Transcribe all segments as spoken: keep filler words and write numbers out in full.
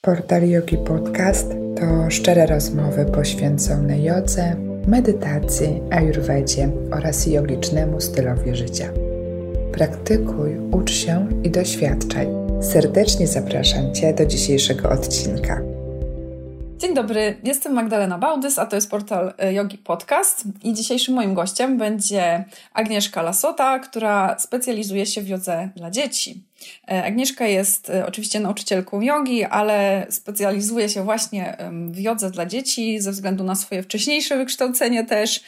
Portal Yogi Podcast to szczere rozmowy poświęcone jodze, medytacji, ajurwedzie oraz jogicznemu stylowi życia. Praktykuj, ucz się i doświadczaj. Serdecznie zapraszam Cię do dzisiejszego odcinka. Dzień dobry, jestem Magdalena Bałdys, a to jest Portal Yogi Podcast i dzisiejszym moim gościem będzie Agnieszka Lasota, która specjalizuje się w jodze dla dzieci. Agnieszka jest oczywiście nauczycielką jogi, ale specjalizuje się właśnie w jodze dla dzieci ze względu na swoje wcześniejsze wykształcenie też.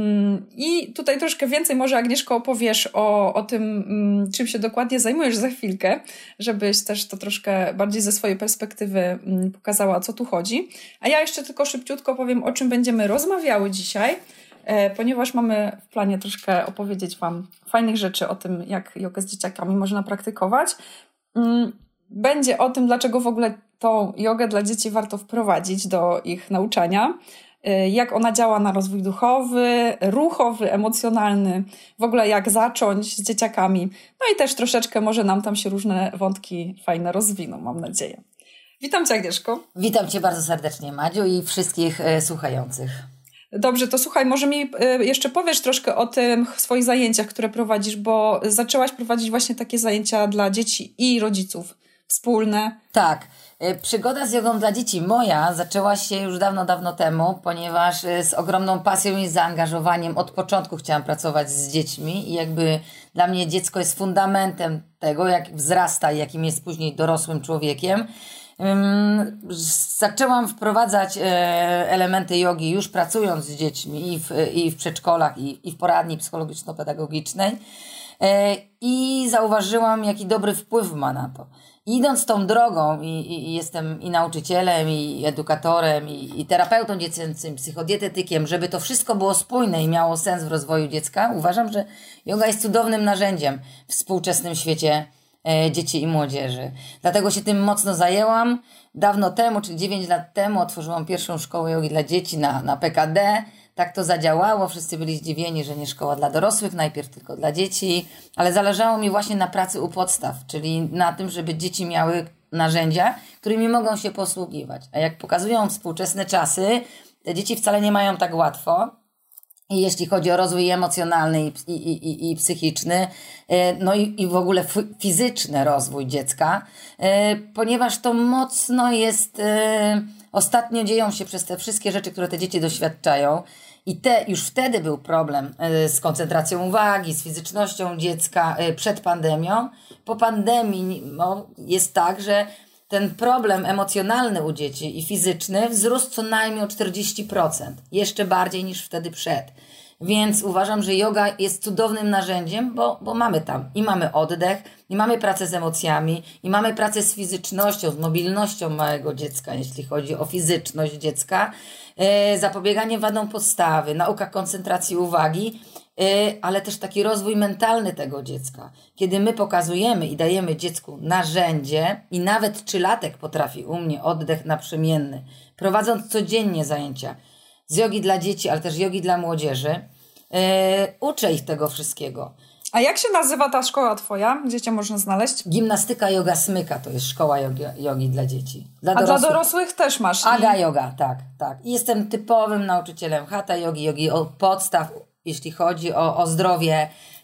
I tutaj troszkę więcej może, Agnieszko, opowiesz o, o tym, czym się dokładnie zajmujesz za chwilkę, żebyś też to troszkę bardziej ze swojej perspektywy pokazała, o co tu chodzi. A ja jeszcze tylko szybciutko powiem, o czym będziemy rozmawiały dzisiaj, ponieważ mamy w planie troszkę opowiedzieć Wam fajnych rzeczy o tym, jak jogę z dzieciakami można praktykować. Będzie o tym, dlaczego w ogóle tą jogę dla dzieci warto wprowadzić do ich nauczania, jak ona działa na rozwój duchowy, ruchowy, emocjonalny, w ogóle jak zacząć z dzieciakami. No i też troszeczkę może nam tam się różne wątki fajne rozwiną, mam nadzieję. Witam Cię, Agnieszko. Witam Cię bardzo serdecznie, Madziu, i wszystkich e, słuchających. Dobrze, to słuchaj, może mi jeszcze powiesz troszkę o tych swoich zajęciach, które prowadzisz, bo zaczęłaś prowadzić właśnie takie zajęcia dla dzieci i rodziców wspólne. Tak. Przygoda z jogą dla dzieci moja zaczęła się już dawno, dawno temu, ponieważ z ogromną pasją i zaangażowaniem od początku chciałam pracować z dziećmi i jakby dla mnie dziecko jest fundamentem tego, jak wzrasta i jakim jest później dorosłym człowiekiem. Um, zaczęłam wprowadzać e, elementy jogi już pracując z dziećmi i w, i w przedszkolach, i, i w poradni psychologiczno-pedagogicznej e, i zauważyłam, jaki dobry wpływ ma na to. Idąc tą drogą i, i, i jestem i nauczycielem, i edukatorem, i, i terapeutą dziecięcym, psychodietetykiem, żeby to wszystko było spójne i miało sens w rozwoju dziecka, uważam, że joga jest cudownym narzędziem w współczesnym świecie e, dzieci i młodzieży. Dlatego się tym mocno zajęłam. Dawno temu, czyli dziewięć lat temu, otworzyłam pierwszą szkołę jogi dla dzieci na, na P K D. Tak to zadziałało, wszyscy byli zdziwieni, że nie szkoła dla dorosłych, najpierw tylko dla dzieci, ale zależało mi właśnie na pracy u podstaw, czyli na tym, żeby dzieci miały narzędzia, którymi mogą się posługiwać. A jak pokazują współczesne czasy, te dzieci wcale nie mają tak łatwo. I jeśli chodzi o rozwój emocjonalny i, i, i, i psychiczny, no i, i w ogóle fizyczny rozwój dziecka, ponieważ to mocno jest, ostatnio dzieją się przez te wszystkie rzeczy, które te dzieci doświadczają. I te, już wtedy był problem z koncentracją uwagi, z fizycznością dziecka przed pandemią. Po pandemii no, jest tak, że ten problem emocjonalny u dzieci i fizyczny wzrósł co najmniej o czterdzieści procent. Jeszcze bardziej niż wtedy przed. Więc uważam, że yoga jest cudownym narzędziem, bo, bo mamy tam i mamy oddech, i mamy pracę z emocjami, i mamy pracę z fizycznością, z mobilnością małego dziecka, jeśli chodzi o fizyczność dziecka, yy, zapobieganie wadom podstawy, nauka koncentracji uwagi, yy, ale też taki rozwój mentalny tego dziecka. Kiedy my pokazujemy i dajemy dziecku narzędzie i nawet trzylatek potrafi u mnie oddech naprzemienny, prowadząc codziennie zajęcia z jogi dla dzieci, ale też jogi dla młodzieży, yy, uczę ich tego wszystkiego. A jak się nazywa ta szkoła Twoja? Gdzie Cię można znaleźć? Gimnastyka Yoga Smyka to jest szkoła jogi, jogi dla dzieci. Dla A dorosłych. Dla dorosłych też masz? Aga Yoga, tak, tak. I jestem typowym nauczycielem hatha jogi, jogi od podstaw, jeśli chodzi o, o zdrowie,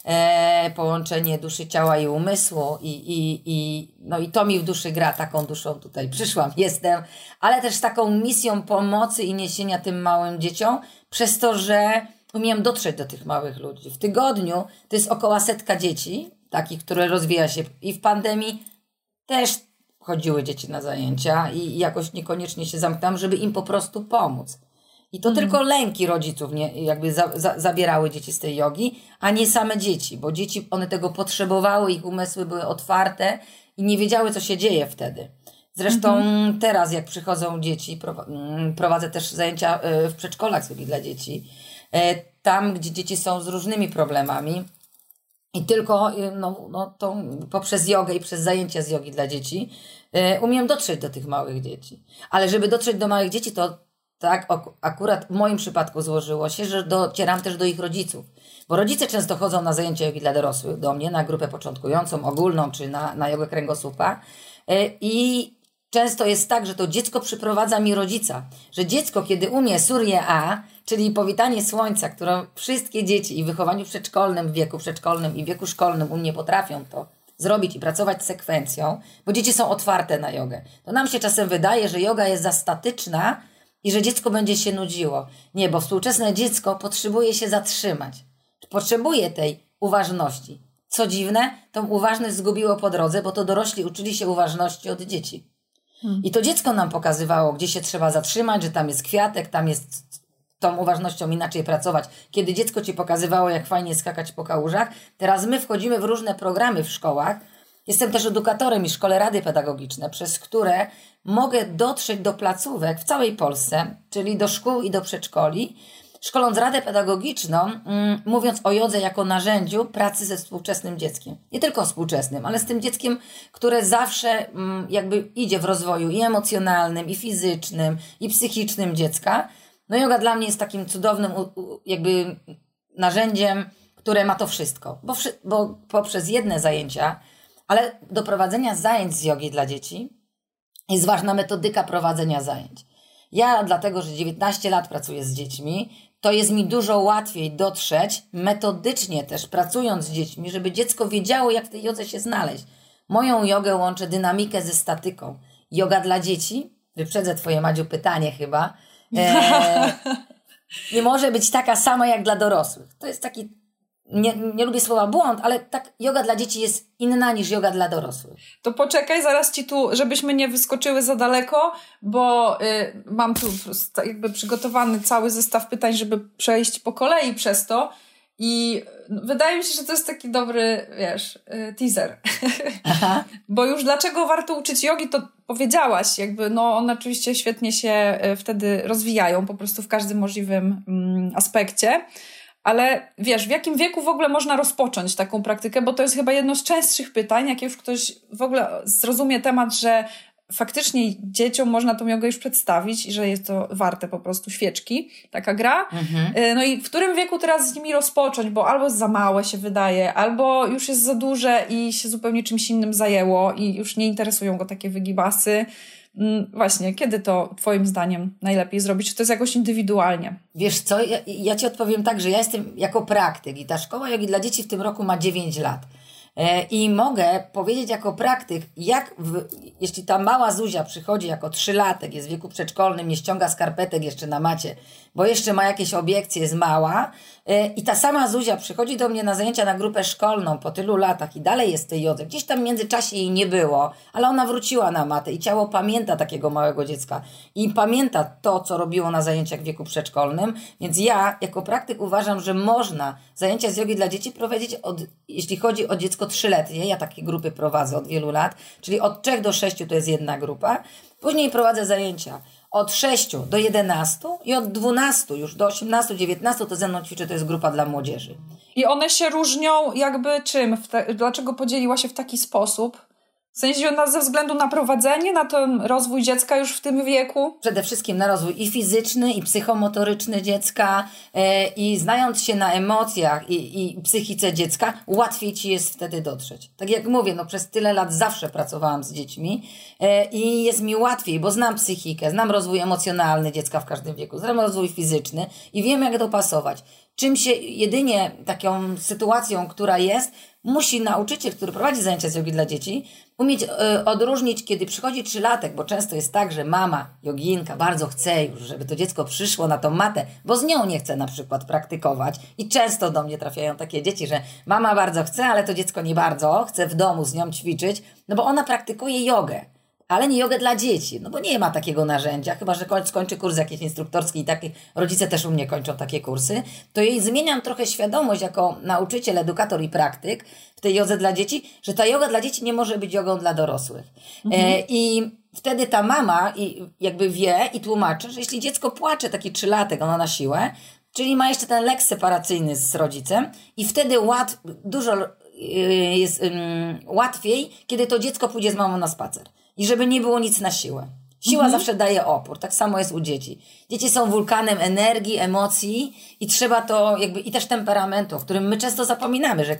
e, połączenie duszy, ciała i umysłu. I, i, i, no i to mi w duszy gra, taką duszą tutaj przyszłam, jestem. Ale też taką misją pomocy i niesienia tym małym dzieciom, przez to, że umiem dotrzeć do tych małych ludzi. W tygodniu to jest około setka dzieci, takich, które rozwija się i w pandemii też chodziły dzieci na zajęcia i jakoś niekoniecznie się zamknęłam, żeby im po prostu pomóc. I to mm. tylko lęki rodziców nie, jakby za, za, zabierały dzieci z tej jogi, a nie same dzieci, bo dzieci, one tego potrzebowały, ich umysły były otwarte i nie wiedziały, co się dzieje wtedy. Zresztą mm-hmm. teraz, jak przychodzą dzieci, prowadzę też zajęcia w przedszkolach z jogi dla dzieci, tam, gdzie dzieci są z różnymi problemami i tylko no, no, to poprzez jogę i przez zajęcia z jogi dla dzieci umiem dotrzeć do tych małych dzieci. Ale żeby dotrzeć do małych dzieci, to tak akurat w moim przypadku złożyło się, że docieram też do ich rodziców. Bo rodzice często chodzą na zajęcia jogi dla dorosłych do mnie, na grupę początkującą, ogólną, czy na, na jogę kręgosłupa i często jest tak, że to dziecko przyprowadza mi rodzica. Że dziecko, kiedy umie Surya A, czyli powitanie słońca, którą wszystkie dzieci i w wychowaniu przedszkolnym, w wieku przedszkolnym i w wieku szkolnym u mnie potrafią to zrobić i pracować z sekwencją, bo dzieci są otwarte na jogę. To nam się czasem wydaje, że joga jest za statyczna i że dziecko będzie się nudziło. Nie, bo współczesne dziecko potrzebuje się zatrzymać. Potrzebuje tej uważności. Co dziwne, tą uważność zgubiło po drodze, bo to dorośli uczyli się uważności od dzieci. Hmm. I to dziecko nam pokazywało, gdzie się trzeba zatrzymać, że tam jest kwiatek, tam jest tą uważnością inaczej pracować. Kiedy dziecko ci pokazywało, jak fajnie skakać po kałużach, teraz my wchodzimy w różne programy w szkołach. Jestem też edukatorem i szkole rady pedagogiczne, przez które mogę dotrzeć do placówek w całej Polsce, czyli do szkół i do przedszkoli, szkoląc radę pedagogiczną, mm, mówiąc o jodze jako narzędziu pracy ze współczesnym dzieckiem. Nie tylko współczesnym, ale z tym dzieckiem, które zawsze mm, jakby idzie w rozwoju i emocjonalnym, i fizycznym, i psychicznym dziecka. No joga dla mnie jest takim cudownym u, u, jakby narzędziem, które ma to wszystko. Bo, wszy, bo poprzez jedne zajęcia, ale do prowadzenia zajęć z jogi dla dzieci jest ważna metodyka prowadzenia zajęć. Ja dlatego, że dziewiętnaście lat pracuję z dziećmi, to jest mi dużo łatwiej dotrzeć, metodycznie też pracując z dziećmi, żeby dziecko wiedziało, jak w tej jodze się znaleźć. Moją jogę łączę dynamikę ze statyką. Joga dla dzieci, wyprzedzę twoje, Madziu, pytanie chyba, e, nie może być taka sama jak dla dorosłych. To jest taki, nie, nie lubię słowa błąd, ale tak joga dla dzieci jest inna niż joga dla dorosłych. To poczekaj, zaraz ci tu, żebyśmy nie wyskoczyły za daleko, bo y, mam tu jakby przygotowany cały zestaw pytań, żeby przejść po kolei przez to i wydaje mi się, że to jest taki dobry, wiesz, y, teaser. Aha. Bo już dlaczego warto uczyć jogi, to powiedziałaś, jakby no one oczywiście świetnie się y, wtedy rozwijają, po prostu w każdym możliwym mm, aspekcie. Ale wiesz, w jakim wieku w ogóle można rozpocząć taką praktykę? Bo to jest chyba jedno z częstszych pytań, jak już ktoś w ogóle zrozumie temat, że faktycznie dzieciom można tą jogę już przedstawić i że jest to warte po prostu świeczki, taka gra. Mhm. No i w którym wieku teraz z nimi rozpocząć? Bo albo jest za małe się wydaje, albo już jest za duże i się zupełnie czymś innym zajęło i już nie interesują go takie wygibasy. Właśnie, kiedy to twoim zdaniem najlepiej zrobić? Czy to jest jakoś indywidualnie? Wiesz co, ja, ja ci odpowiem tak, że ja jestem jako praktyk i ta szkoła jogi dla dzieci w tym roku ma dziewięć lat. E, I mogę powiedzieć jako praktyk, jak w, jeśli ta mała Zuzia przychodzi jako trzylatek, jest w wieku przedszkolnym, nie ściąga skarpetek jeszcze na macie, bo jeszcze ma jakieś obiekcje, jest mała, e, i ta sama Zuzia przychodzi do mnie na zajęcia na grupę szkolną po tylu latach i dalej jest w tej jodze. Gdzieś tam w międzyczasie jej nie było, ale ona wróciła na matę i ciało pamięta takiego małego dziecka i pamięta to, co robiło na zajęciach w wieku przedszkolnym, więc ja jako praktyk uważam, że można zajęcia z jogi dla dzieci prowadzić, od, jeśli chodzi o dziecko trzyletnie, ja takie grupy prowadzę od wielu lat, czyli od trzech do sześciu to jest jedna grupa, później prowadzę zajęcia od sześciu do jedenastu i od dwunastu już do osiemnastu, dziewiętnastu to ze mną ćwiczę, to jest grupa dla młodzieży. I one się różnią jakby czym? W te, dlaczego podzieliła się w taki sposób? W sensie na, ze względu na prowadzenie, na ten rozwój dziecka już w tym wieku? Przede wszystkim na rozwój i fizyczny, i psychomotoryczny dziecka e, i znając się na emocjach i, i psychice dziecka, łatwiej ci jest wtedy dotrzeć. Tak jak mówię, no przez tyle lat zawsze pracowałam z dziećmi e, i jest mi łatwiej, bo znam psychikę, znam rozwój emocjonalny dziecka w każdym wieku, znam rozwój fizyczny i wiem, jak dopasować. Czym się jedynie taką sytuacją, która jest, musi nauczyciel, który prowadzi zajęcia z jogi dla dzieci, umieć y, odróżnić, kiedy przychodzi trzylatek, bo często jest tak, że mama, joginka, bardzo chce już, żeby to dziecko przyszło na tą matę, bo z nią nie chce na przykład praktykować. I często do mnie trafiają takie dzieci, że mama bardzo chce, ale to dziecko nie bardzo chce w domu z nią ćwiczyć, no bo ona praktykuje jogę. Ale nie jogę dla dzieci, no bo nie ma takiego narzędzia, chyba że skończy kurs jakiś instruktorski i taki, rodzice też u mnie kończą takie kursy, to jej zmieniam trochę świadomość jako nauczyciel, edukator i praktyk w tej jodze dla dzieci, że ta joga dla dzieci nie może być jogą dla dorosłych. Mhm. E, I wtedy ta mama i jakby wie i tłumaczy, że jeśli dziecko płacze, taki trzylatek, ona na siłę, czyli ma jeszcze ten lek separacyjny z rodzicem i wtedy łat, dużo jest um, łatwiej, kiedy to dziecko pójdzie z mamą na spacer. I żeby nie było nic na siłę. Siła mhm. zawsze daje opór. Tak samo jest u dzieci. Dzieci są wulkanem energii, emocji i trzeba to jakby, i też temperamentu, o którym my często zapominamy, że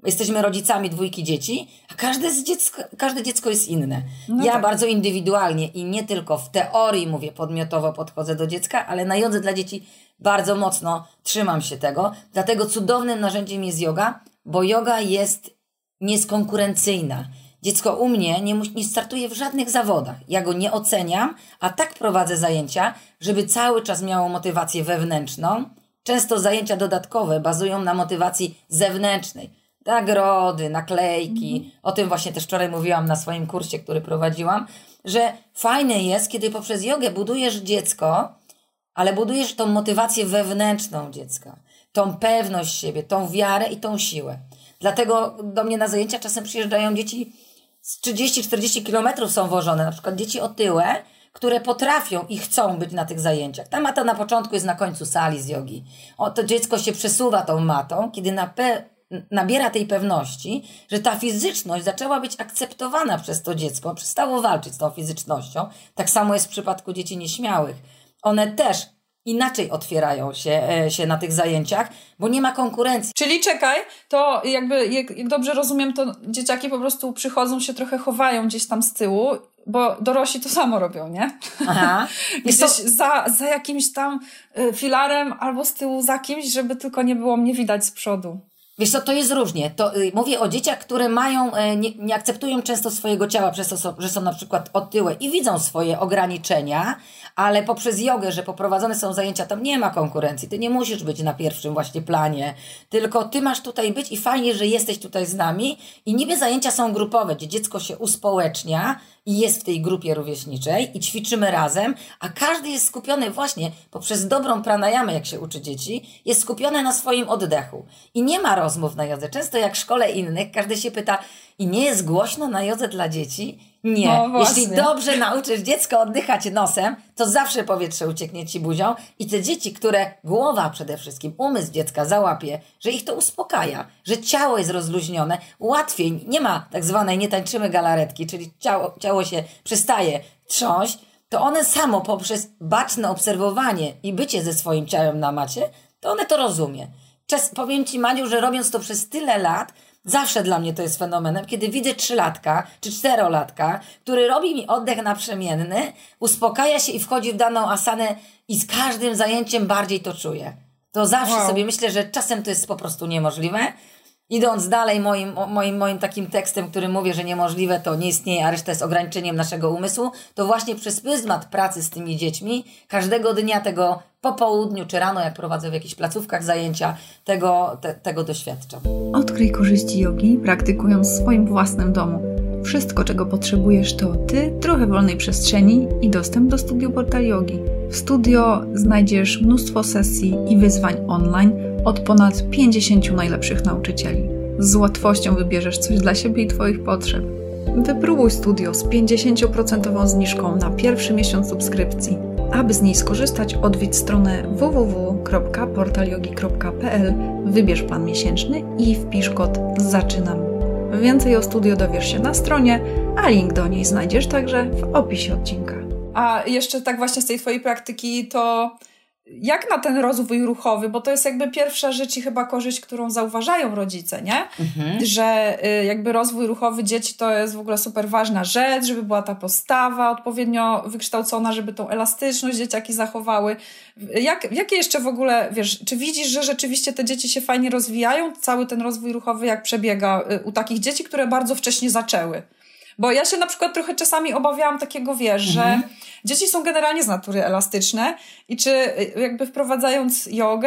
jesteśmy rodzicami dwójki dzieci, a każde, z dziecko, każde dziecko jest inne. No ja tak. bardzo indywidualnie i nie tylko w teorii, mówię, podmiotowo podchodzę do dziecka, ale na jodze dla dzieci bardzo mocno trzymam się tego. Dlatego cudownym narzędziem jest joga, bo joga jest nieskonkurencyjna. Dziecko u mnie nie, nie startuje w żadnych zawodach. Ja go nie oceniam, a tak prowadzę zajęcia, żeby cały czas miało motywację wewnętrzną. Często zajęcia dodatkowe bazują na motywacji zewnętrznej. Nagrody, naklejki. Mm. O tym właśnie też wczoraj mówiłam na swoim kursie, który prowadziłam, że fajne jest, kiedy poprzez jogę budujesz dziecko, ale budujesz tą motywację wewnętrzną dziecka. Tą pewność siebie, tą wiarę i tą siłę. Dlatego do mnie na zajęcia czasem przyjeżdżają dzieci z trzydzieści czterdzieści kilometrów są wożone, na przykład dzieci otyłe, które potrafią i chcą być na tych zajęciach. Ta mata na początku jest na końcu sali z jogi. O, to dziecko się przesuwa tą matą, kiedy na pe- nabiera tej pewności, że ta fizyczność zaczęła być akceptowana przez to dziecko, przestało walczyć z tą fizycznością. Tak samo jest w przypadku dzieci nieśmiałych. One też inaczej otwierają się, się na tych zajęciach, bo nie ma konkurencji. Czyli czekaj, to jakby, jak, jak dobrze rozumiem, to dzieciaki po prostu przychodzą, się trochę chowają gdzieś tam z tyłu, bo dorośli to samo robią, nie? Aha. Gdzieś to... za, za jakimś tam filarem albo z tyłu za kimś, żeby tylko nie było mnie widać z przodu. Wiesz co, to jest różnie. To, y, mówię o dzieciach, które mają, y, nie, nie akceptują często swojego ciała przez to, so, że są na przykład otyłe i widzą swoje ograniczenia, ale poprzez jogę, że poprowadzone są zajęcia, tam nie ma konkurencji. Ty nie musisz być na pierwszym właśnie planie, tylko ty masz tutaj być i fajnie, że jesteś tutaj z nami. I niby zajęcia są grupowe, gdzie dziecko się uspołecznia i jest w tej grupie rówieśniczej i ćwiczymy razem, a każdy jest skupiony właśnie poprzez dobrą pranayamę, jak się uczy dzieci, jest skupiony na swoim oddechu. I nie ma rozmów na jodze. Często jak w szkole innych, każdy się pyta, i nie jest głośno na jodze dla dzieci? Nie. No Jeśli dobrze nauczysz dziecko oddychać nosem, to zawsze powietrze ucieknie ci buzią i te dzieci, które głowa przede wszystkim, umysł dziecka załapie, że ich to uspokaja, że ciało jest rozluźnione, łatwiej, nie ma tak zwanej nie tańczymy galaretki, czyli ciało, ciało się przestaje trząść, to one samo poprzez baczne obserwowanie i bycie ze swoim ciałem na macie, to one to rozumie. Czas, powiem Ci, Maniu, że robiąc to przez tyle lat, zawsze dla mnie to jest fenomenem, kiedy widzę trzylatka czy czterolatka, który robi mi oddech naprzemienny, uspokaja się i wchodzi w daną asanę i z każdym zajęciem bardziej to czuje. To zawsze wow. sobie myślę, że czasem to jest po prostu niemożliwe. Idąc dalej moim, moim, moim takim tekstem, który mówię, że niemożliwe to nie istnieje, a reszta jest ograniczeniem naszego umysłu, to właśnie przez pryzmat pracy z tymi dziećmi, każdego dnia tego po południu czy rano, jak prowadzę w jakichś placówkach zajęcia, tego, te, tego doświadczam. Odkryj korzyści jogi, praktykując w swoim własnym domu. Wszystko, czego potrzebujesz, to Ty, trochę wolnej przestrzeni i dostęp do studio Portal Jogi. W studio znajdziesz mnóstwo sesji i wyzwań online od ponad pięćdziesięciu najlepszych nauczycieli. Z łatwością wybierzesz coś dla siebie i Twoich potrzeb. Wypróbuj studio z pięćdziesiąt procent zniżką na pierwszy miesiąc subskrypcji. Aby z niej skorzystać, odwiedź stronę w w w kropka portal jogi kropka p l, wybierz plan miesięczny i wpisz kod ZAczynam. Więcej o studio dowiesz się na stronie, a link do niej znajdziesz także w opisie odcinka. A jeszcze tak właśnie z tej Twojej praktyki, to jak na ten rozwój ruchowy, bo to jest jakby pierwsza rzecz i chyba korzyść, którą zauważają rodzice, nie? Mhm. Że y, jakby rozwój ruchowy dzieci to jest w ogóle super ważna rzecz, żeby była ta postawa odpowiednio wykształcona, żeby tą elastyczność dzieciaki zachowały. Jak, jakie jeszcze w ogóle, wiesz, czy widzisz, że rzeczywiście te dzieci się fajnie rozwijają? Cały ten rozwój ruchowy jak przebiega y, u takich dzieci, które bardzo wcześnie zaczęły? Bo ja się na przykład trochę czasami obawiałam takiego, wiesz, mhm. że dzieci są generalnie z natury elastyczne i czy jakby wprowadzając jogę,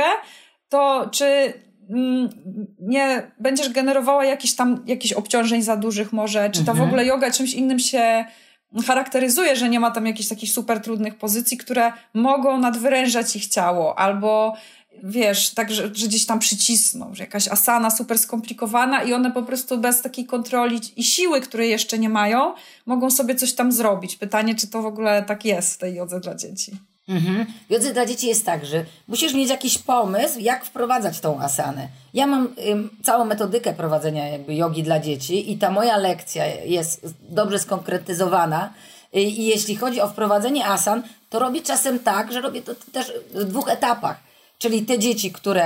to czy mm, nie będziesz generowała jakichś tam jakichś obciążeń za dużych może, czy ta mhm. w ogóle joga czymś innym się charakteryzuje, że nie ma tam jakichś takich super trudnych pozycji, które mogą nadwyrężać ich ciało, albo wiesz, tak, że, że gdzieś tam przycisną, że jakaś asana super skomplikowana i one po prostu bez takiej kontroli i siły, której jeszcze nie mają, mogą sobie coś tam zrobić. Pytanie, czy to w ogóle tak jest w tej jodze dla dzieci? Mhm. W jodze dla dzieci jest tak, że musisz mieć jakiś pomysł, jak wprowadzać tą asanę. Ja mam ym, całą metodykę prowadzenia jakby jogi dla dzieci i ta moja lekcja jest dobrze skonkretyzowana. I, i jeśli chodzi o wprowadzenie asan, to robię czasem tak, że robię to też w dwóch etapach. Czyli te dzieci, które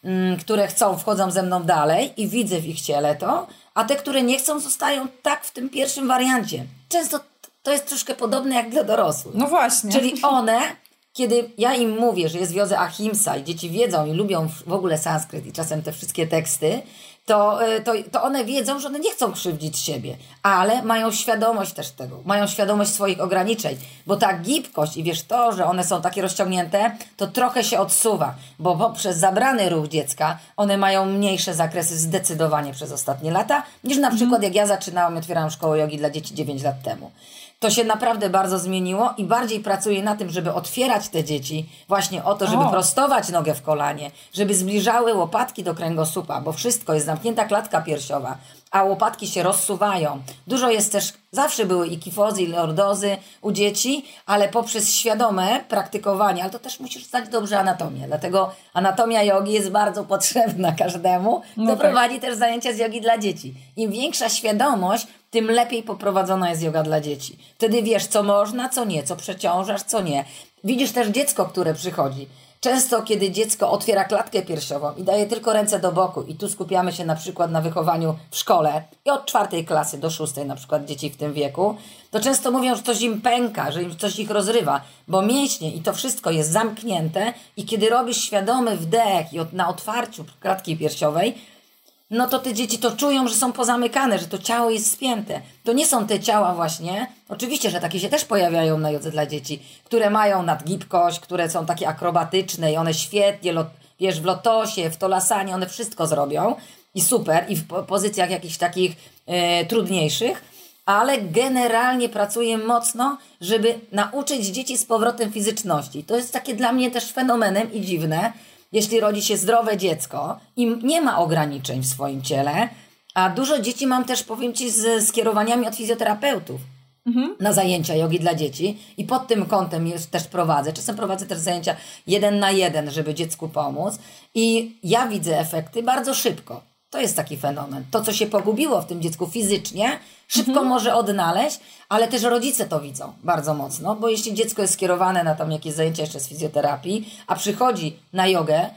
mm, które chcą, wchodzą ze mną dalej i widzę w ich ciele to, a te, które nie chcą, zostają tak w tym pierwszym wariancie. Często to jest troszkę podobne jak dla dorosłych. No właśnie. Czyli one, kiedy ja im mówię, że jest w jodze ahimsa i dzieci wiedzą i lubią w ogóle sanskryt i czasem te wszystkie teksty, to, to, to one wiedzą, że one nie chcą krzywdzić siebie, ale mają świadomość też tego, mają świadomość swoich ograniczeń, bo ta gibkość i wiesz to, że one są takie rozciągnięte, to trochę się odsuwa, bo poprzez zabrany ruch dziecka one mają mniejsze zakresy zdecydowanie przez ostatnie lata, niż na przykład jak ja zaczynałam i otwierałam szkołę jogi dla dzieci dziewięć lat temu. To się naprawdę bardzo zmieniło i bardziej pracuję na tym, żeby otwierać te dzieci właśnie o to, żeby o. prostować nogę w kolanie, żeby zbliżały łopatki do kręgosłupa, bo wszystko jest zamknięta klatka piersiowa, a łopatki się rozsuwają. Dużo jest też, zawsze były i kifozy, i lordozy u dzieci, ale poprzez świadome praktykowanie, ale to też musisz znać dobrze anatomię, dlatego anatomia jogi jest bardzo potrzebna każdemu, kto no tak. prowadzi też zajęcia z jogi dla dzieci. Im większa świadomość, tym lepiej poprowadzona jest joga dla dzieci. Wtedy wiesz, co można, co nie, co przeciążasz, co nie. Widzisz też dziecko, które przychodzi. Często, kiedy dziecko otwiera klatkę piersiową i daje tylko ręce do boku i tu skupiamy się na przykład na wychowaniu w szkole i od czwartej klasy do szóstej na przykład dzieci w tym wieku, to często mówią, że coś im pęka, że im coś ich rozrywa, bo mięśnie i to wszystko jest zamknięte i kiedy robisz świadomy wdech i na otwarciu klatki piersiowej, no to te dzieci to czują, że są pozamykane, że to ciało jest spięte. To nie są te ciała właśnie, oczywiście, że takie się też pojawiają na jodze dla dzieci, które mają nadgibkość, które są takie akrobatyczne i one świetnie, lot, wiesz, w lotosie, w tolasanie, one wszystko zrobią i super, i w pozycjach jakichś takich e, trudniejszych, ale generalnie pracuję mocno, żeby nauczyć dzieci z powrotem fizyczności. To jest takie dla mnie też fenomenem i dziwne, jeśli rodzi się zdrowe dziecko i nie ma ograniczeń w swoim ciele, a dużo dzieci mam też, powiem Ci, z skierowaniami od fizjoterapeutów mhm. na zajęcia jogi dla dzieci i pod tym kątem jest, też prowadzę. Czasem prowadzę też zajęcia jeden na jeden, żeby dziecku pomóc i ja widzę efekty bardzo szybko. To jest taki fenomen. To, co się pogubiło w tym dziecku fizycznie, szybko mhm. może odnaleźć, ale też rodzice to widzą bardzo mocno, bo jeśli dziecko jest skierowane na tam jakieś zajęcia jeszcze z fizjoterapii, a przychodzi na jogę,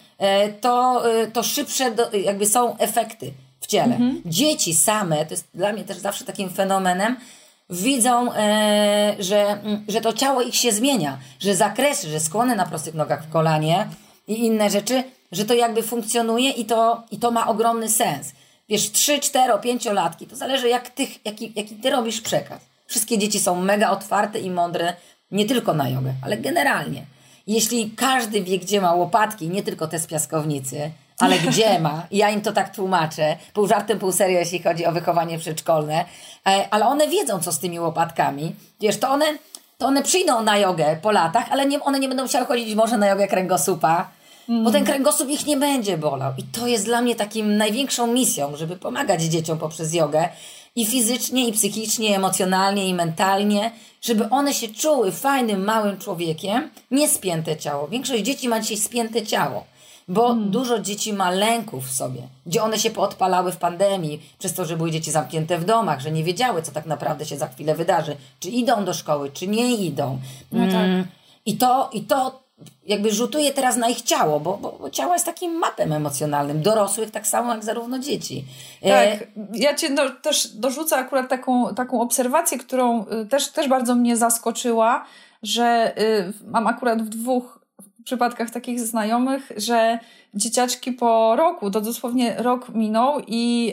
to, to szybsze do, jakby są efekty w ciele. Mhm. Dzieci same, to jest dla mnie też zawsze takim fenomenem, widzą, e, że, że to ciało ich się zmienia, że zakresy, że skłony na prostych nogach w kolanie i inne rzeczy, że to jakby funkcjonuje i to, i to ma ogromny sens. Wiesz, trzy, cztero, pięciolatki, to zależy jak ty, jaki, jaki ty robisz przekaz. Wszystkie dzieci są mega otwarte i mądre, nie tylko na jogę, ale generalnie. Jeśli każdy wie, gdzie ma łopatki, nie tylko te z piaskownicy, ale gdzie ma, ja im to tak tłumaczę, pół żartem, pół serio, jeśli chodzi o wychowanie przedszkolne, ale one wiedzą, co z tymi łopatkami. Wiesz, to one, to one przyjdą na jogę po latach, ale nie, one nie będą musiały chodzić może na jogę kręgosłupa, Mm. bo ten kręgosłup ich nie będzie bolał. I to jest dla mnie takim największą misją, żeby pomagać dzieciom poprzez jogę i fizycznie, i psychicznie, i emocjonalnie, i mentalnie, żeby one się czuły fajnym, małym człowiekiem, nie spięte ciało. Większość dzieci ma dzisiaj spięte ciało, bo mm. dużo dzieci ma lęków w sobie, gdzie one się poodpalały w pandemii, przez to, że były dzieci zamknięte w domach, że nie wiedziały, co tak naprawdę się za chwilę wydarzy, czy idą do szkoły, czy nie idą. No tak. mm. I to, i to jakby rzutuje teraz na ich ciało, bo, bo, bo ciało jest takim mapem emocjonalnym, dorosłych tak samo jak zarówno dzieci. Tak, ja Cię no, też dorzucę akurat taką, taką obserwację, którą też, też bardzo mnie zaskoczyła, że y, mam akurat w dwóch przypadkach takich znajomych, że dzieciaczki po roku, to dosłownie rok minął i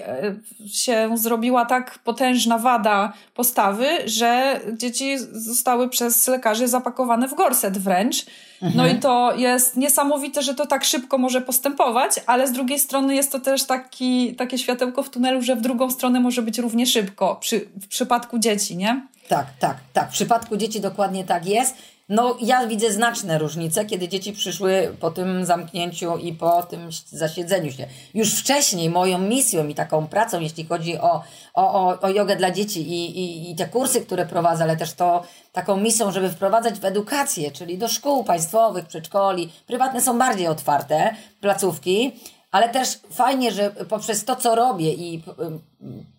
się zrobiła tak potężna wada postawy, że dzieci zostały przez lekarzy zapakowane w gorset wręcz. Mhm. No i to jest niesamowite, że to tak szybko może postępować, ale z drugiej strony jest to też taki, takie światełko w tunelu, że w drugą stronę może być równie szybko przy, w przypadku dzieci, nie? Tak, tak, tak. W przypadku dzieci dokładnie tak jest. No ja widzę znaczne różnice, kiedy dzieci przyszły po tym zamknięciu i po tym zasiedzeniu się. Już wcześniej moją misją i taką pracą, jeśli chodzi o, o, o, o jogę dla dzieci i, i, i te kursy, które prowadzę, ale też to taką misją, żeby wprowadzać w edukację, czyli do szkół państwowych, przedszkoli. Prywatne są bardziej otwarte, placówki, ale też fajnie, że poprzez to, co robię i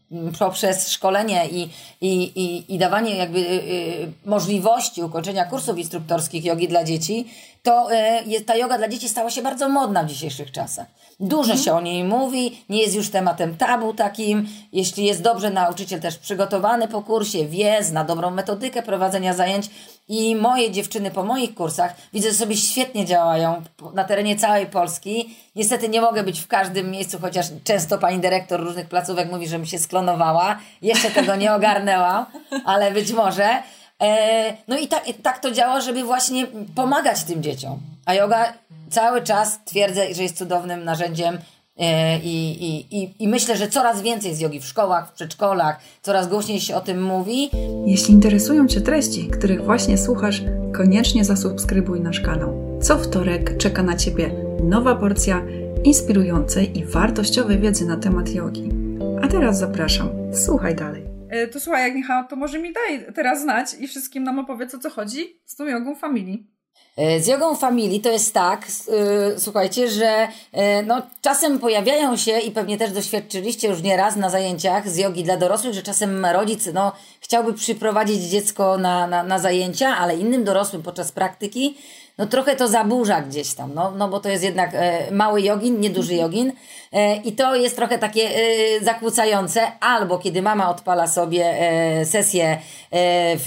poprzez szkolenie i, i, i, i dawanie jakby y, y, możliwości ukończenia kursów instruktorskich jogi dla dzieci, to y, ta joga dla dzieci stała się bardzo modna w dzisiejszych czasach. Dużo mhm. się o niej mówi, nie jest już tematem tabu takim. Jeśli jest dobrze nauczyciel też przygotowany po kursie, wie, zna dobrą metodykę prowadzenia zajęć i moje dziewczyny po moich kursach widzę, że sobie świetnie działają na terenie całej Polski. Niestety nie mogę być w każdym miejscu, chociaż często pani dyrektor różnych placówek mówi, że mi się sklonowała. Jeszcze tego nie ogarnęłam, ale być może. No i tak, tak to działa, żeby właśnie pomagać tym dzieciom. A yoga cały czas twierdzę, że jest cudownym narzędziem i, i, i, i myślę, że coraz więcej jest jogi w szkołach, w przedszkolach, coraz głośniej się o tym mówi. Jeśli interesują Cię treści, których właśnie słuchasz, koniecznie zasubskrybuj nasz kanał. Co wtorek czeka na Ciebie nowa porcja inspirującej i wartościowej wiedzy na temat jogi. A teraz zapraszam, słuchaj dalej. To słuchaj, Agniecha, to może mi daj teraz znać i wszystkim nam opowiedz, o co chodzi z tą jogą familii. Z jogą familii to jest tak, yy, słuchajcie, że yy, no, czasem pojawiają się i pewnie też doświadczyliście już nieraz na zajęciach z jogi dla dorosłych, że czasem rodzic no, chciałby przyprowadzić dziecko na, na, na zajęcia, ale innym dorosłym podczas praktyki no trochę to zaburza gdzieś tam, no, no bo to jest jednak e, mały jogin, nieduży jogin e, i to jest trochę takie e, zakłócające, albo kiedy mama odpala sobie e, sesję e, w,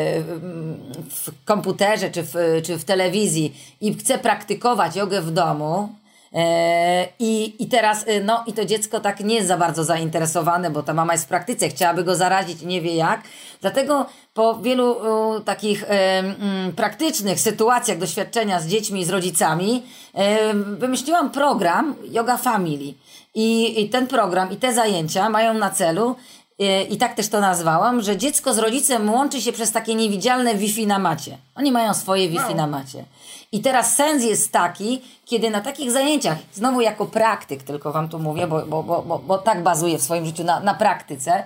w komputerze czy w, czy w telewizji i chce praktykować jogę w domu, E, i, I teraz, no i to dziecko tak nie jest za bardzo zainteresowane, bo ta mama jest w praktyce, chciałaby go zarazić i nie wie jak. Dlatego po wielu e, takich e, m, praktycznych sytuacjach doświadczenia z dziećmi i z rodzicami e, wymyśliłam program Yoga Family. I, I ten program i te zajęcia mają na celu, e, i tak też to nazwałam, że dziecko z rodzicem łączy się przez takie niewidzialne Wi-Fi na macie. Oni mają swoje Wi-Fi wow. na macie. I teraz sens jest taki, kiedy na takich zajęciach, znowu jako praktyk, tylko wam tu mówię, bo, bo, bo, bo, bo tak bazuję w swoim życiu na, na praktyce,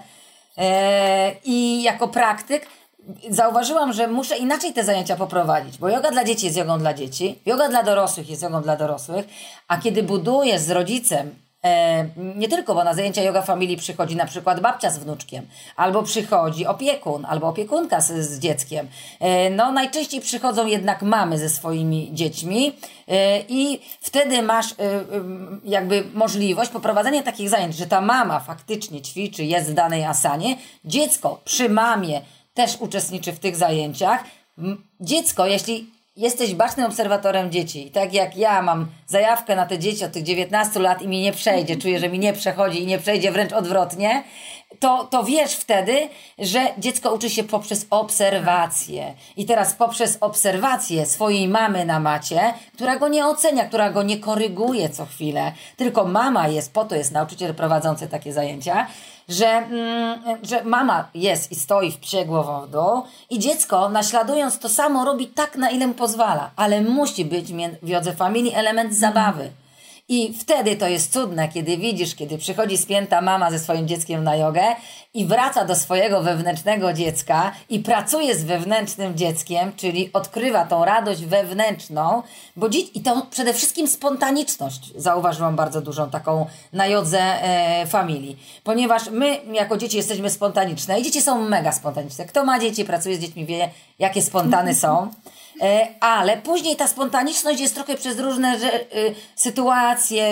e, i jako praktyk zauważyłam, że muszę inaczej te zajęcia poprowadzić, bo joga dla dzieci jest jogą dla dzieci, joga dla dorosłych jest jogą dla dorosłych, a kiedy buduję z rodzicem, E, nie tylko, bo na zajęcia Yoga Family przychodzi na przykład babcia z wnuczkiem, albo przychodzi opiekun, albo opiekunka z, z dzieckiem. E, no najczęściej przychodzą jednak mamy ze swoimi dziećmi e, i wtedy masz e, e, jakby możliwość poprowadzenia takich zajęć, że ta mama faktycznie ćwiczy, jest w danej asanie, dziecko przy mamie też uczestniczy w tych zajęciach. Dziecko, jeśli jesteś bacznym obserwatorem dzieci i tak jak ja mam zajawkę na te dzieci od tych dziewiętnastu lat i mi nie przejdzie, czuję, że mi nie przechodzi i nie przejdzie, wręcz odwrotnie, to, to wiesz wtedy, że dziecko uczy się poprzez obserwację. I teraz poprzez obserwację swojej mamy na macie, która go nie ocenia, która go nie koryguje co chwilę, tylko mama jest, po to jest nauczyciel prowadzący takie zajęcia, że, mm, że mama jest i stoi w psie głową w dół i dziecko naśladując to samo robi tak, na ile mu pozwala, ale musi być w jodze familii element zabawy. I wtedy to jest cudne, kiedy widzisz, kiedy przychodzi spięta mama ze swoim dzieckiem na jogę i wraca do swojego wewnętrznego dziecka i pracuje z wewnętrznym dzieckiem, czyli odkrywa tą radość wewnętrzną, bo dzie- i to przede wszystkim spontaniczność zauważyłam bardzo dużą taką na jodze e, familii, ponieważ my jako dzieci jesteśmy spontaniczne i dzieci są mega spontaniczne. Kto ma dzieci, pracuje z dziećmi, wie jakie spontany są. E, ale później ta spontaniczność jest trochę przez różne że, e, sytuacje,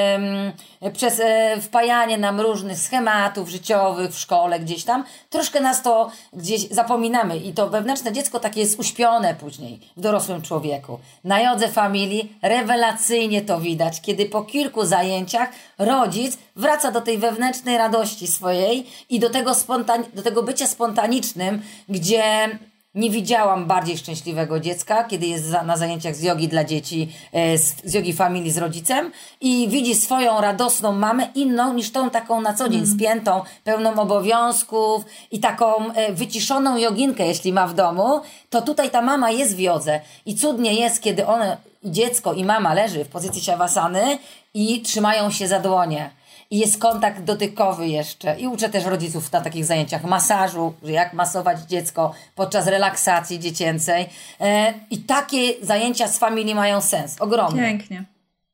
e, przez e, wpajanie nam różnych schematów życiowych w szkole gdzieś tam, troszkę nas to gdzieś zapominamy i to wewnętrzne dziecko takie jest uśpione później w dorosłym człowieku. Na jodze familii rewelacyjnie to widać, kiedy po kilku zajęciach rodzic wraca do tej wewnętrznej radości swojej i do tego, spontan- do tego bycia spontanicznym, gdzie nie widziałam bardziej szczęśliwego dziecka, kiedy jest za, na zajęciach z jogi dla dzieci, e, z, z jogi familii z rodzicem i widzi swoją radosną mamę inną niż tą taką na co dzień, mm. spiętą, pełną obowiązków i taką e, wyciszoną joginkę, jeśli ma w domu, to tutaj ta mama jest w jodze i cudnie jest, kiedy one, i dziecko i mama leży w pozycji siawasany i trzymają się za dłonie. I jest kontakt dotykowy jeszcze. I uczę też rodziców na takich zajęciach masażu, że jak masować dziecko podczas relaksacji dziecięcej. E, I takie zajęcia z familii mają sens. Ogromny. Pięknie.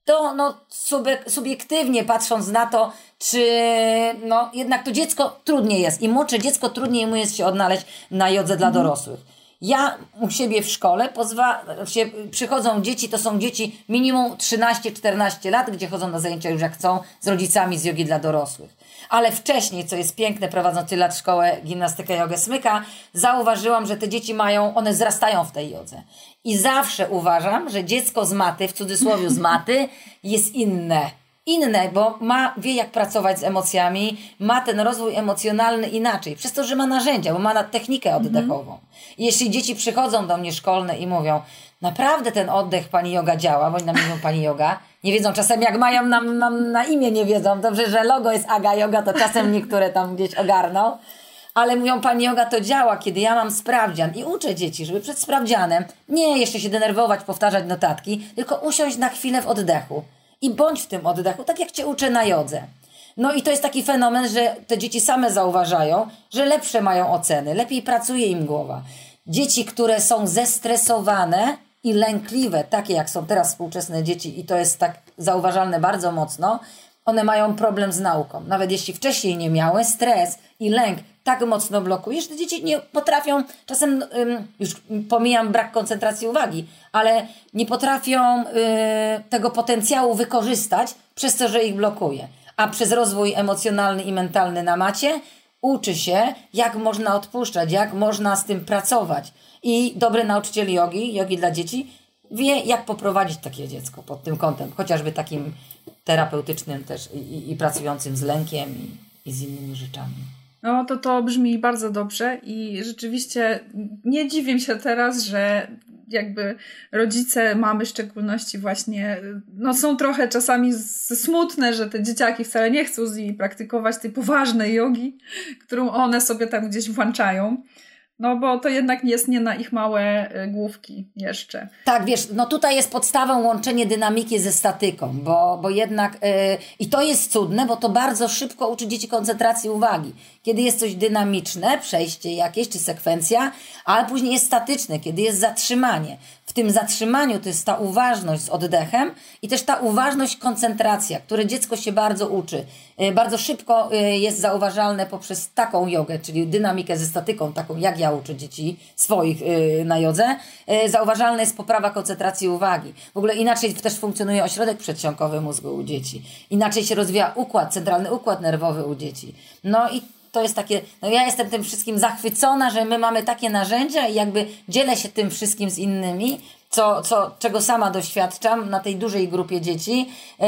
to no, subiek- subiektywnie patrząc na to, czy no, jednak to dziecko trudniej jest. Im młodsze dziecko, trudniej mu jest się odnaleźć na jodze dla dorosłych. Ja u siebie w szkole pozwa- się, przychodzą dzieci, to są dzieci minimum trzynaście czternaście lat, gdzie chodzą na zajęcia już jak chcą z rodzicami z jogi dla dorosłych. Ale wcześniej, co jest piękne, prowadząc tyle lat szkołę gimnastykę jogę smyka, zauważyłam, że te dzieci mają, one wzrastają w tej jodze. I zawsze uważam, że dziecko z maty, w cudzysłowie z maty, jest inne. Inne, bo ma, wie jak pracować z emocjami, ma ten rozwój emocjonalny inaczej. Przez to, że ma narzędzia, bo ma technikę oddechową. I jeśli dzieci przychodzą do mnie szkolne i mówią, naprawdę ten oddech pani joga działa, bo oni nam mówią pani joga, nie wiedzą czasem jak mają nam, nam na imię, nie wiedzą. Dobrze, że logo jest Aga Yoga, to czasem niektóre tam gdzieś ogarną. Ale mówią, pani joga to działa, kiedy ja mam sprawdzian i uczę dzieci, żeby przed sprawdzianem nie jeszcze się denerwować, powtarzać notatki, tylko usiąść na chwilę w oddechu. I bądź w tym oddechu, tak jak cię uczę na jodze. No i to jest taki fenomen, że te dzieci same zauważają, że lepsze mają oceny, lepiej pracuje im głowa. Dzieci, które są zestresowane i lękliwe, takie jak są teraz współczesne dzieci, i to jest tak zauważalne bardzo mocno, one mają problem z nauką. Nawet jeśli wcześniej nie miały, stres i lęk tak mocno blokuje, że te dzieci nie potrafią, czasem ym, już pomijam brak koncentracji uwagi, ale nie potrafią y, tego potencjału wykorzystać przez to, że ich blokuje. A przez rozwój emocjonalny i mentalny na macie uczy się, jak można odpuszczać, jak można z tym pracować. I dobry nauczyciel jogi, jogi dla dzieci, wie, jak poprowadzić takie dziecko pod tym kątem, chociażby takim terapeutycznym też i, i, i pracującym z lękiem i, i z innymi rzeczami. No to to brzmi bardzo dobrze i rzeczywiście nie dziwię się teraz, że jakby rodzice, mamy w szczególności właśnie, no są trochę czasami smutne, że te dzieciaki wcale nie chcą z nimi praktykować tej poważnej jogi, którą one sobie tam gdzieś włączają. No bo to jednak jest nie na ich małe główki jeszcze. Tak, wiesz, no tutaj jest podstawą łączenie dynamiki ze statyką, bo, bo jednak yy, i to jest cudne, bo to bardzo szybko uczy dzieci koncentracji uwagi. Kiedy jest coś dynamiczne, przejście jakieś czy sekwencja, ale później jest statyczne, kiedy jest zatrzymanie. W tym zatrzymaniu to jest ta uważność z oddechem i też ta uważność, koncentracja, które dziecko się bardzo uczy. Yy, bardzo szybko yy, jest zauważalne poprzez taką jogę, czyli dynamikę ze statyką, taką jak ja uczę dzieci swoich yy, na jodze. Yy, zauważalna jest poprawa koncentracji uwagi. W ogóle inaczej też funkcjonuje ośrodek przedsionkowy mózgu u dzieci. Inaczej się rozwija układ, centralny układ nerwowy u dzieci. No i to jest takie, no ja jestem tym wszystkim zachwycona, że my mamy takie narzędzia i jakby dzielę się tym wszystkim z innymi, co, co, czego sama doświadczam na tej dużej grupie dzieci yy,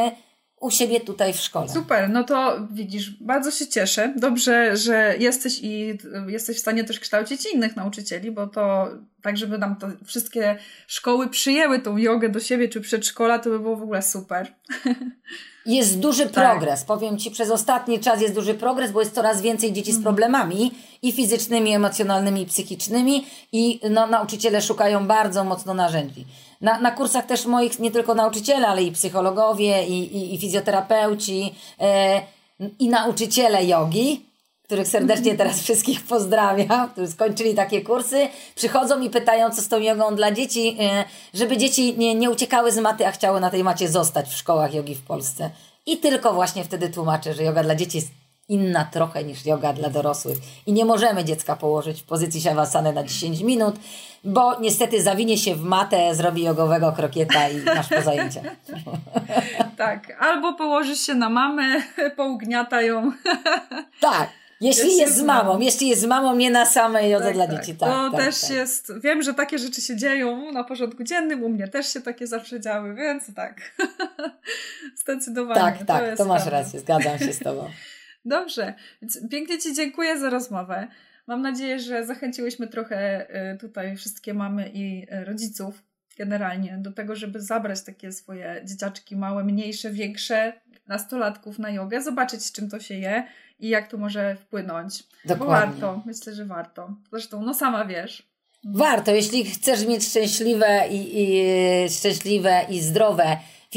u siebie tutaj w szkole. Super, no to widzisz, bardzo się cieszę. Dobrze, że jesteś i jesteś w stanie też kształcić innych nauczycieli, bo to tak, żeby nam to wszystkie szkoły przyjęły tą jogę do siebie, czy przedszkola, to by było w ogóle super. Jest duży progres. Tak. Powiem Ci, przez ostatni czas jest duży progres, bo jest coraz więcej dzieci z problemami i fizycznymi, i emocjonalnymi, i psychicznymi i no, nauczyciele szukają bardzo mocno narzędzi. Na, na kursach też moich nie tylko nauczyciele, ale i psychologowie, i, i, i fizjoterapeuci, e, i nauczyciele jogi, których serdecznie teraz wszystkich pozdrawiam, którzy skończyli takie kursy, przychodzą i pytają, co z tą jogą dla dzieci, żeby dzieci nie, nie uciekały z maty, a chciały na tej macie zostać w szkołach jogi w Polsce. I tylko właśnie wtedy tłumaczę, że joga dla dzieci jest inna trochę niż joga dla dorosłych. I nie możemy dziecka położyć w pozycji shavasany na dziesięć minut, bo niestety zawinie się w matę, zrobi jogowego krokieta i masz po zajęciach. Tak, albo położysz się na mamę, pougniata ją. Tak. Jeśli jest, jest z mamą, mamą, jeśli jest z mamą, nie na samej jodze tak, dla tak. dzieci. Tak, to tak, też tak. jest, wiem, że takie rzeczy się dzieją na porządku dziennym, u mnie też się takie zawsze działy, więc tak, zdecydowanie. Tak, tak, to, to masz rację, zgadzam się z Tobą. Dobrze, więc pięknie Ci dziękuję za rozmowę. Mam nadzieję, że zachęciłyśmy trochę tutaj wszystkie mamy i rodziców generalnie do tego, żeby zabrać takie swoje dzieciaczki małe, mniejsze, większe, nastolatków na jogę, zobaczyć, z czym to się je i jak to może wpłynąć. Dokładnie. Bo warto, myślę, że warto. Zresztą, no sama wiesz. Warto, jeśli chcesz mieć szczęśliwe i, i szczęśliwe i zdrowe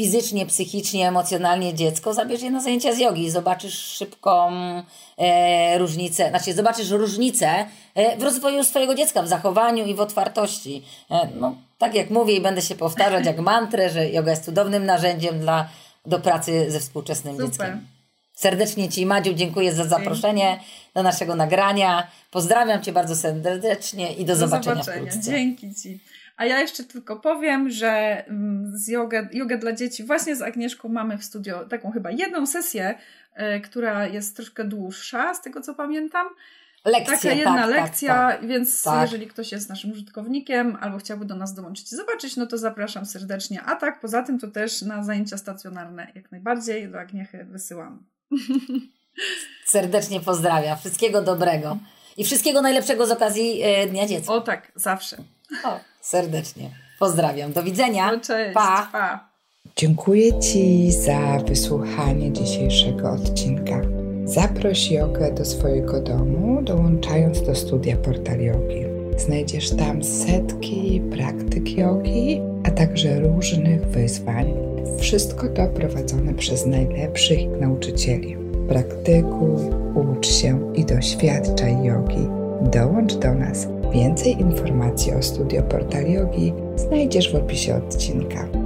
fizycznie, psychicznie, emocjonalnie dziecko, zabierz je na zajęcia z jogi i zobaczysz szybką e, różnicę, znaczy zobaczysz różnicę e, w rozwoju swojego dziecka, w zachowaniu i w otwartości. E, no, tak jak mówię i będę się powtarzać jak mantrę, że joga jest cudownym narzędziem dla, do pracy ze współczesnym Super. dzieckiem. Serdecznie Ci, Madziu, dziękuję za zaproszenie do naszego nagrania. Pozdrawiam Cię bardzo serdecznie i do, do zobaczenia, zobaczenia wkrótce. Dzięki Ci. A ja jeszcze tylko powiem, że z jogę, jogę dla dzieci właśnie z Agnieszką mamy w studio taką chyba jedną sesję, y, która jest troszkę dłuższa, z tego co pamiętam. Lekcja, Taka jedna tak, lekcja, tak, tak. więc tak. jeżeli ktoś jest naszym użytkownikiem albo chciałby do nas dołączyć i zobaczyć, no to zapraszam serdecznie. A tak, poza tym to też na zajęcia stacjonarne jak najbardziej do Agniechy wysyłam. Serdecznie pozdrawiam. Wszystkiego dobrego. I wszystkiego najlepszego z okazji e, Dnia Dziecka. O tak, zawsze. O, serdecznie. Pozdrawiam. Do widzenia. No cześć. Pa. Pa. Dziękuję Ci za wysłuchanie dzisiejszego odcinka. Zaproś jogę do swojego domu, dołączając do studia Portal Jogi. Znajdziesz tam setki praktyk jogi, a także różnych wyzwań. Wszystko to prowadzone przez najlepszych nauczycieli. Praktykuj, ucz się i doświadczaj jogi. Dołącz do nas. Więcej informacji o studio Portal Jogi znajdziesz w opisie odcinka.